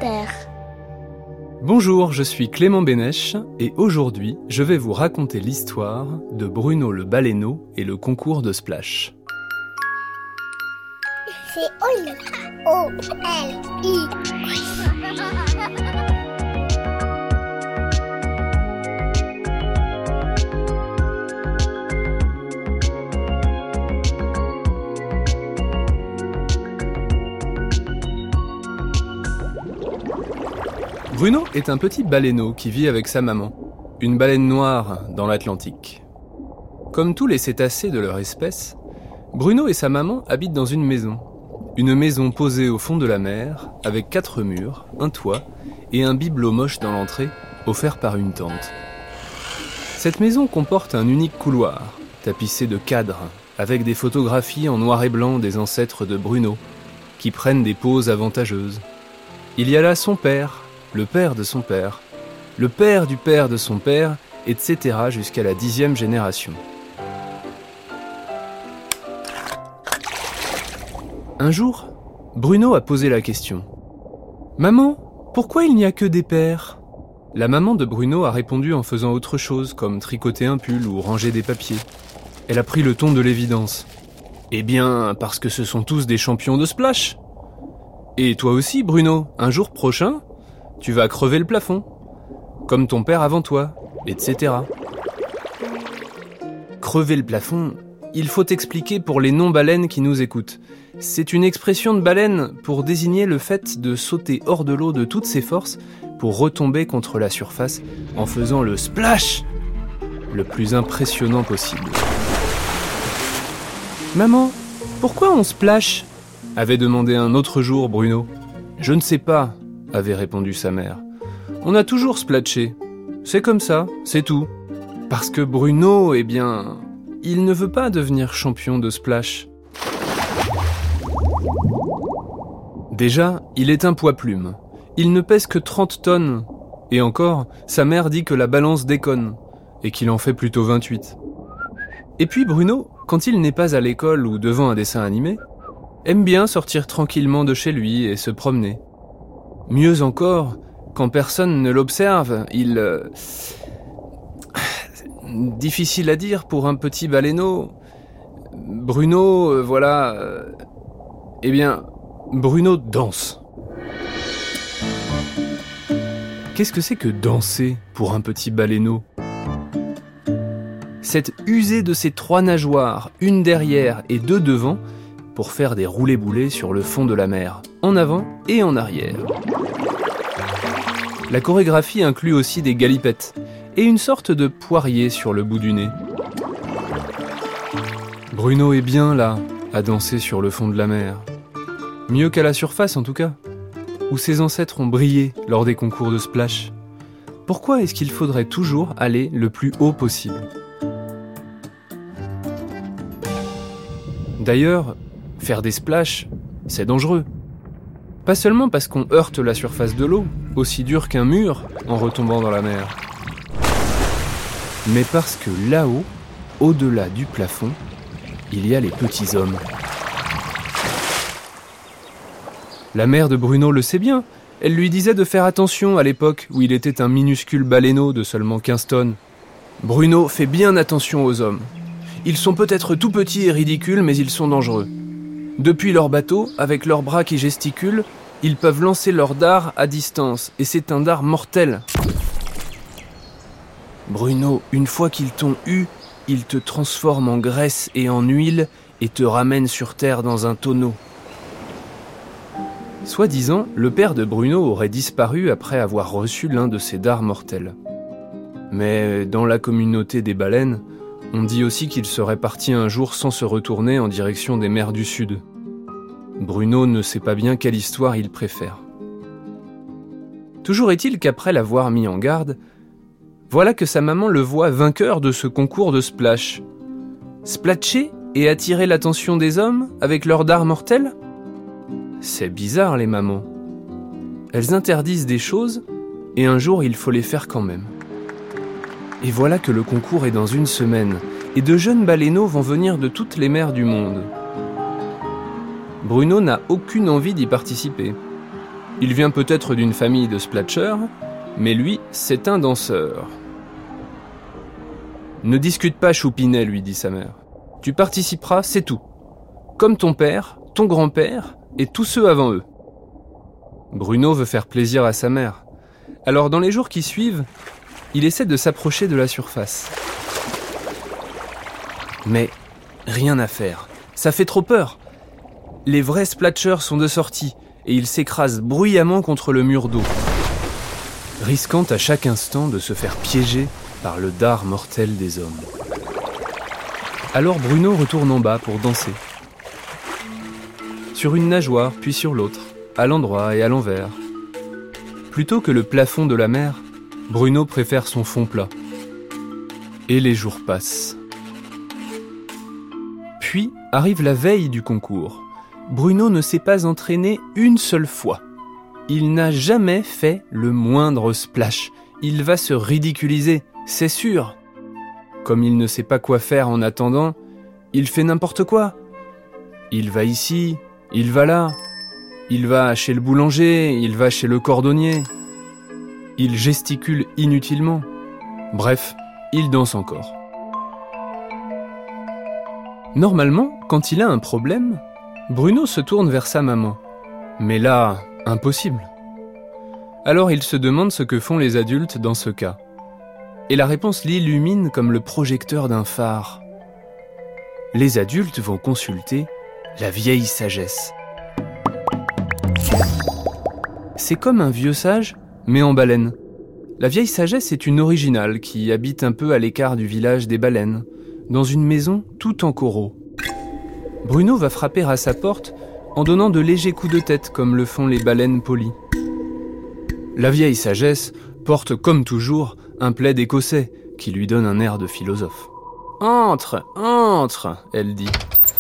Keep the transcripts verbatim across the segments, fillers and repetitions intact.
Terre. Bonjour, je suis Clément Bénèche et aujourd'hui, je vais vous raconter l'histoire de Bruno le baleineau et le concours de splash. C'est Oli. O L I. Bruno est un petit baleineau qui vit avec sa maman, une baleine noire dans l'Atlantique. Comme tous les cétacés de leur espèce, Bruno et sa maman habitent dans une maison. Une maison posée au fond de la mer, avec quatre murs, un toit et un bibelot moche dans l'entrée, offert par une tante. Cette maison comporte un unique couloir, tapissé de cadres, avec des photographies en noir et blanc des ancêtres de Bruno, qui prennent des poses avantageuses. Il y a là son père, le père de son père, le père du père de son père, et cetera jusqu'à la dixième génération. Un jour, Bruno a posé la question. « Maman, pourquoi il n'y a que des pères ?» La maman de Bruno a répondu en faisant autre chose, comme tricoter un pull ou ranger des papiers. Elle a pris le ton de l'évidence. « Eh bien, parce que ce sont tous des champions de splash. Et toi aussi, Bruno, un jour prochain, tu vas crever le plafond, comme ton père avant toi, et cetera. Crever le plafond, il faut expliquer pour les non-baleines qui nous écoutent. C'est une expression de baleine pour désigner le fait de sauter hors de l'eau de toutes ses forces pour retomber contre la surface en faisant le splash le plus impressionnant possible. « Maman, pourquoi on splash ?» avait demandé un autre jour Bruno. « Je ne sais pas », avait répondu sa mère. « On a toujours splatché. C'est comme ça, c'est tout. » Parce que Bruno, eh bien, il ne veut pas devenir champion de splash. Déjà, il est un poids-plume. Il ne pèse que trente tonnes. Et encore, sa mère dit que la balance déconne, et qu'il en fait plutôt vingt-huit. Et puis Bruno, quand il n'est pas à l'école ou devant un dessin animé, aime bien sortir tranquillement de chez lui et se promener. Mieux encore, quand personne ne l'observe, il... Euh... Difficile à dire pour un petit baleineau. Bruno, euh, voilà... Euh... Eh bien, Bruno danse. Qu'est-ce que c'est que danser pour un petit baleineau ? C'est user de ses trois nageoires, une derrière et deux devant, pour faire des roulés-boulés sur le fond de la mer, en avant et en arrière. La chorégraphie inclut aussi des galipettes et une sorte de poirier sur le bout du nez. Bruno est bien là, à danser sur le fond de la mer. Mieux qu'à la surface en tout cas, où ses ancêtres ont brillé lors des concours de splash. Pourquoi est-ce qu'il faudrait toujours aller le plus haut possible ? D'ailleurs, faire des splashs, c'est dangereux. Pas seulement parce qu'on heurte la surface de l'eau, aussi dur qu'un mur, en retombant dans la mer. Mais parce que là-haut, au-delà du plafond, il y a les petits hommes. La mère de Bruno le sait bien. Elle lui disait de faire attention à l'époque où il était un minuscule baleineau de seulement quinze tonnes. Bruno fait bien attention aux hommes. Ils sont peut-être tout petits et ridicules, mais ils sont dangereux. Depuis leur bateau, avec leurs bras qui gesticulent, ils peuvent lancer leur dard à distance, et c'est un dard mortel. Bruno, une fois qu'ils t'ont eu, ils te transforment en graisse et en huile et te ramènent sur terre dans un tonneau. Soi-disant, le père de Bruno aurait disparu après avoir reçu l'un de ces dards mortels. Mais dans la communauté des baleines, on dit aussi qu'il serait parti un jour sans se retourner en direction des mers du Sud. Bruno ne sait pas bien quelle histoire il préfère. Toujours est-il qu'après l'avoir mis en garde, voilà que sa maman le voit vainqueur de ce concours de splash. Splatcher et attirer l'attention des hommes avec leur dard mortel ? C'est bizarre les mamans. Elles interdisent des choses et un jour il faut les faire quand même. Et voilà que le concours est dans une semaine, et de jeunes baleineaux vont venir de toutes les mers du monde. Bruno n'a aucune envie d'y participer. Il vient peut-être d'une famille de splatchers, mais lui, c'est un danseur. « Ne discute pas, Choupinet, lui dit sa mère. Tu participeras, c'est tout. Comme ton père, ton grand-père et tous ceux avant eux. » Bruno veut faire plaisir à sa mère. Alors dans les jours qui suivent, il essaie de s'approcher de la surface. Mais rien à faire, ça fait trop peur. Les vrais splatchers sont de sortie et ils s'écrasent bruyamment contre le mur d'eau, risquant à chaque instant de se faire piéger par le dard mortel des hommes. Alors Bruno retourne en bas pour danser. Sur une nageoire, puis sur l'autre, à l'endroit et à l'envers. Plutôt que le plafond de la mer, Bruno préfère son fond plat. Et les jours passent. Puis arrive la veille du concours. Bruno ne s'est pas entraîné une seule fois. Il n'a jamais fait le moindre splash. Il va se ridiculiser, c'est sûr. Comme il ne sait pas quoi faire en attendant, il fait n'importe quoi. Il va ici, il va là. Il va chez le boulanger, il va chez le cordonnier. Il gesticule inutilement. Bref, il danse encore. Normalement, quand il a un problème, Bruno se tourne vers sa maman. Mais là, impossible. Alors il se demande ce que font les adultes dans ce cas. Et la réponse l'illumine comme le projecteur d'un phare. Les adultes vont consulter la vieille sagesse. C'est comme un vieux sage, mais en baleine. La vieille sagesse est une originale qui habite un peu à l'écart du village des baleines, dans une maison tout en coraux. Bruno va frapper à sa porte en donnant de légers coups de tête comme le font les baleines polies. La vieille sagesse porte comme toujours un plaid écossais qui lui donne un air de philosophe. « Entre, entre !» elle dit.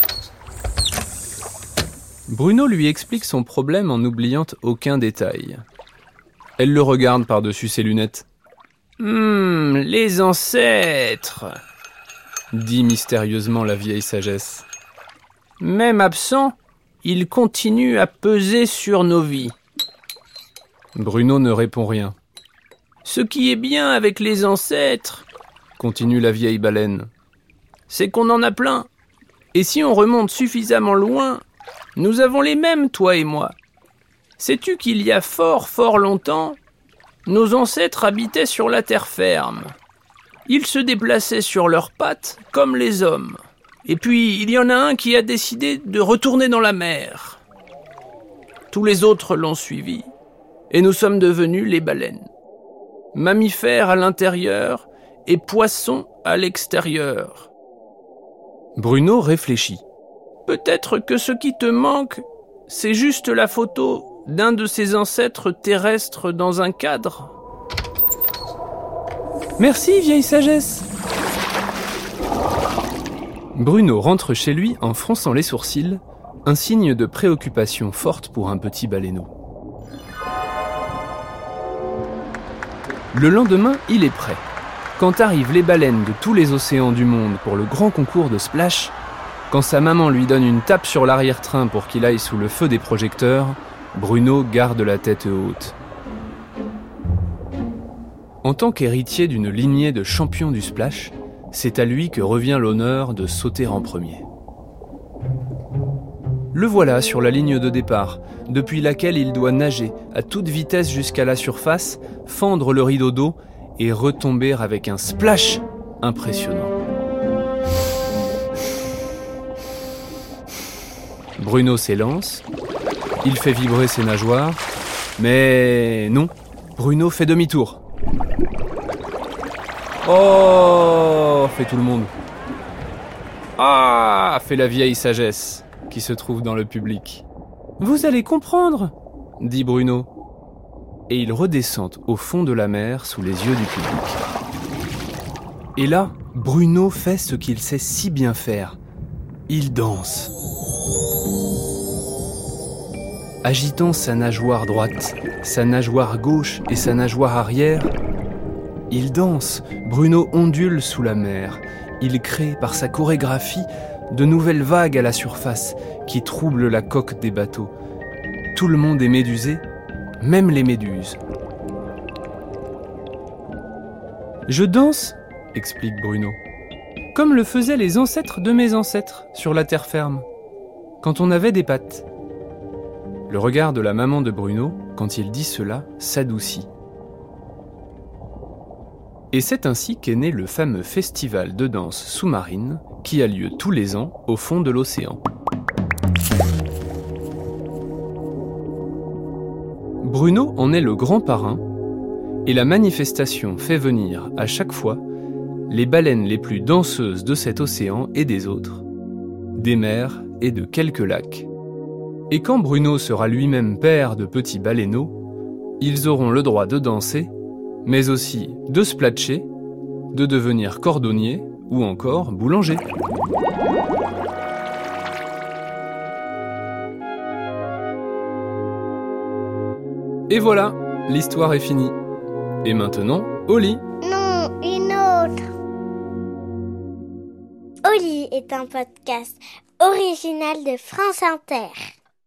Bruno lui explique son problème en n'oubliant aucun détail. Elle le regarde par-dessus ses lunettes. « Hum, les ancêtres !» dit mystérieusement la vieille sagesse. « Même absents, ils continuent à peser sur nos vies. » Bruno ne répond rien. « Ce qui est bien avec les ancêtres, » continue la vieille baleine, « c'est qu'on en a plein. Et si on remonte suffisamment loin, nous avons les mêmes, toi et moi. Sais-tu qu'il y a fort, fort longtemps, nos ancêtres habitaient sur la terre ferme. Ils se déplaçaient sur leurs pattes comme les hommes. Et puis, il y en a un qui a décidé de retourner dans la mer. Tous les autres l'ont suivi. Et nous sommes devenus les baleines. Mammifères à l'intérieur et poissons à l'extérieur. » Bruno réfléchit. « Peut-être que ce qui te manque, c'est juste la photo d'un de ses ancêtres terrestres dans un cadre. » « Merci, vieille sagesse !» Bruno rentre chez lui en fronçant les sourcils, un signe de préoccupation forte pour un petit baleineau. Le lendemain, il est prêt. Quand arrivent les baleines de tous les océans du monde pour le grand concours de splash, quand sa maman lui donne une tape sur l'arrière-train pour qu'il aille sous le feu des projecteurs, Bruno garde la tête haute. En tant qu'héritier d'une lignée de champions du splash, c'est à lui que revient l'honneur de sauter en premier. Le voilà sur la ligne de départ, depuis laquelle il doit nager à toute vitesse jusqu'à la surface, fendre le rideau d'eau et retomber avec un splash impressionnant. Bruno s'élance, il fait vibrer ses nageoires, mais non, Bruno fait demi-tour. Oh, fait tout le monde. Ah, fait la vieille sagesse qui se trouve dans le public. Vous allez comprendre, dit Bruno. Et ils redescendent au fond de la mer sous les yeux du public. Et là, Bruno fait ce qu'il sait si bien faire. Il danse. Agitant sa nageoire droite, sa nageoire gauche et sa nageoire arrière, il danse, Bruno ondule sous la mer. Il crée par sa chorégraphie de nouvelles vagues à la surface qui troublent la coque des bateaux. Tout le monde est médusé même les méduses. Je danse, explique Bruno, comme le faisaient les ancêtres de mes ancêtres sur la terre ferme, quand on avait des pattes. Le regard de la maman de Bruno, quand il dit cela, s'adoucit. Et c'est ainsi qu'est né le fameux festival de danse sous-marine qui a lieu tous les ans au fond de l'océan. Bruno en est le grand parrain et la manifestation fait venir à chaque fois les baleines les plus danseuses de cet océan et des autres, des mers et de quelques lacs. Et quand Bruno sera lui-même père de petits baleineaux, ils auront le droit de danser, mais aussi de splatcher, de devenir cordonnier ou encore boulanger. Et voilà, l'histoire est finie. Et maintenant, au lit. Non, une autre. Au lit est un podcast original de France Inter.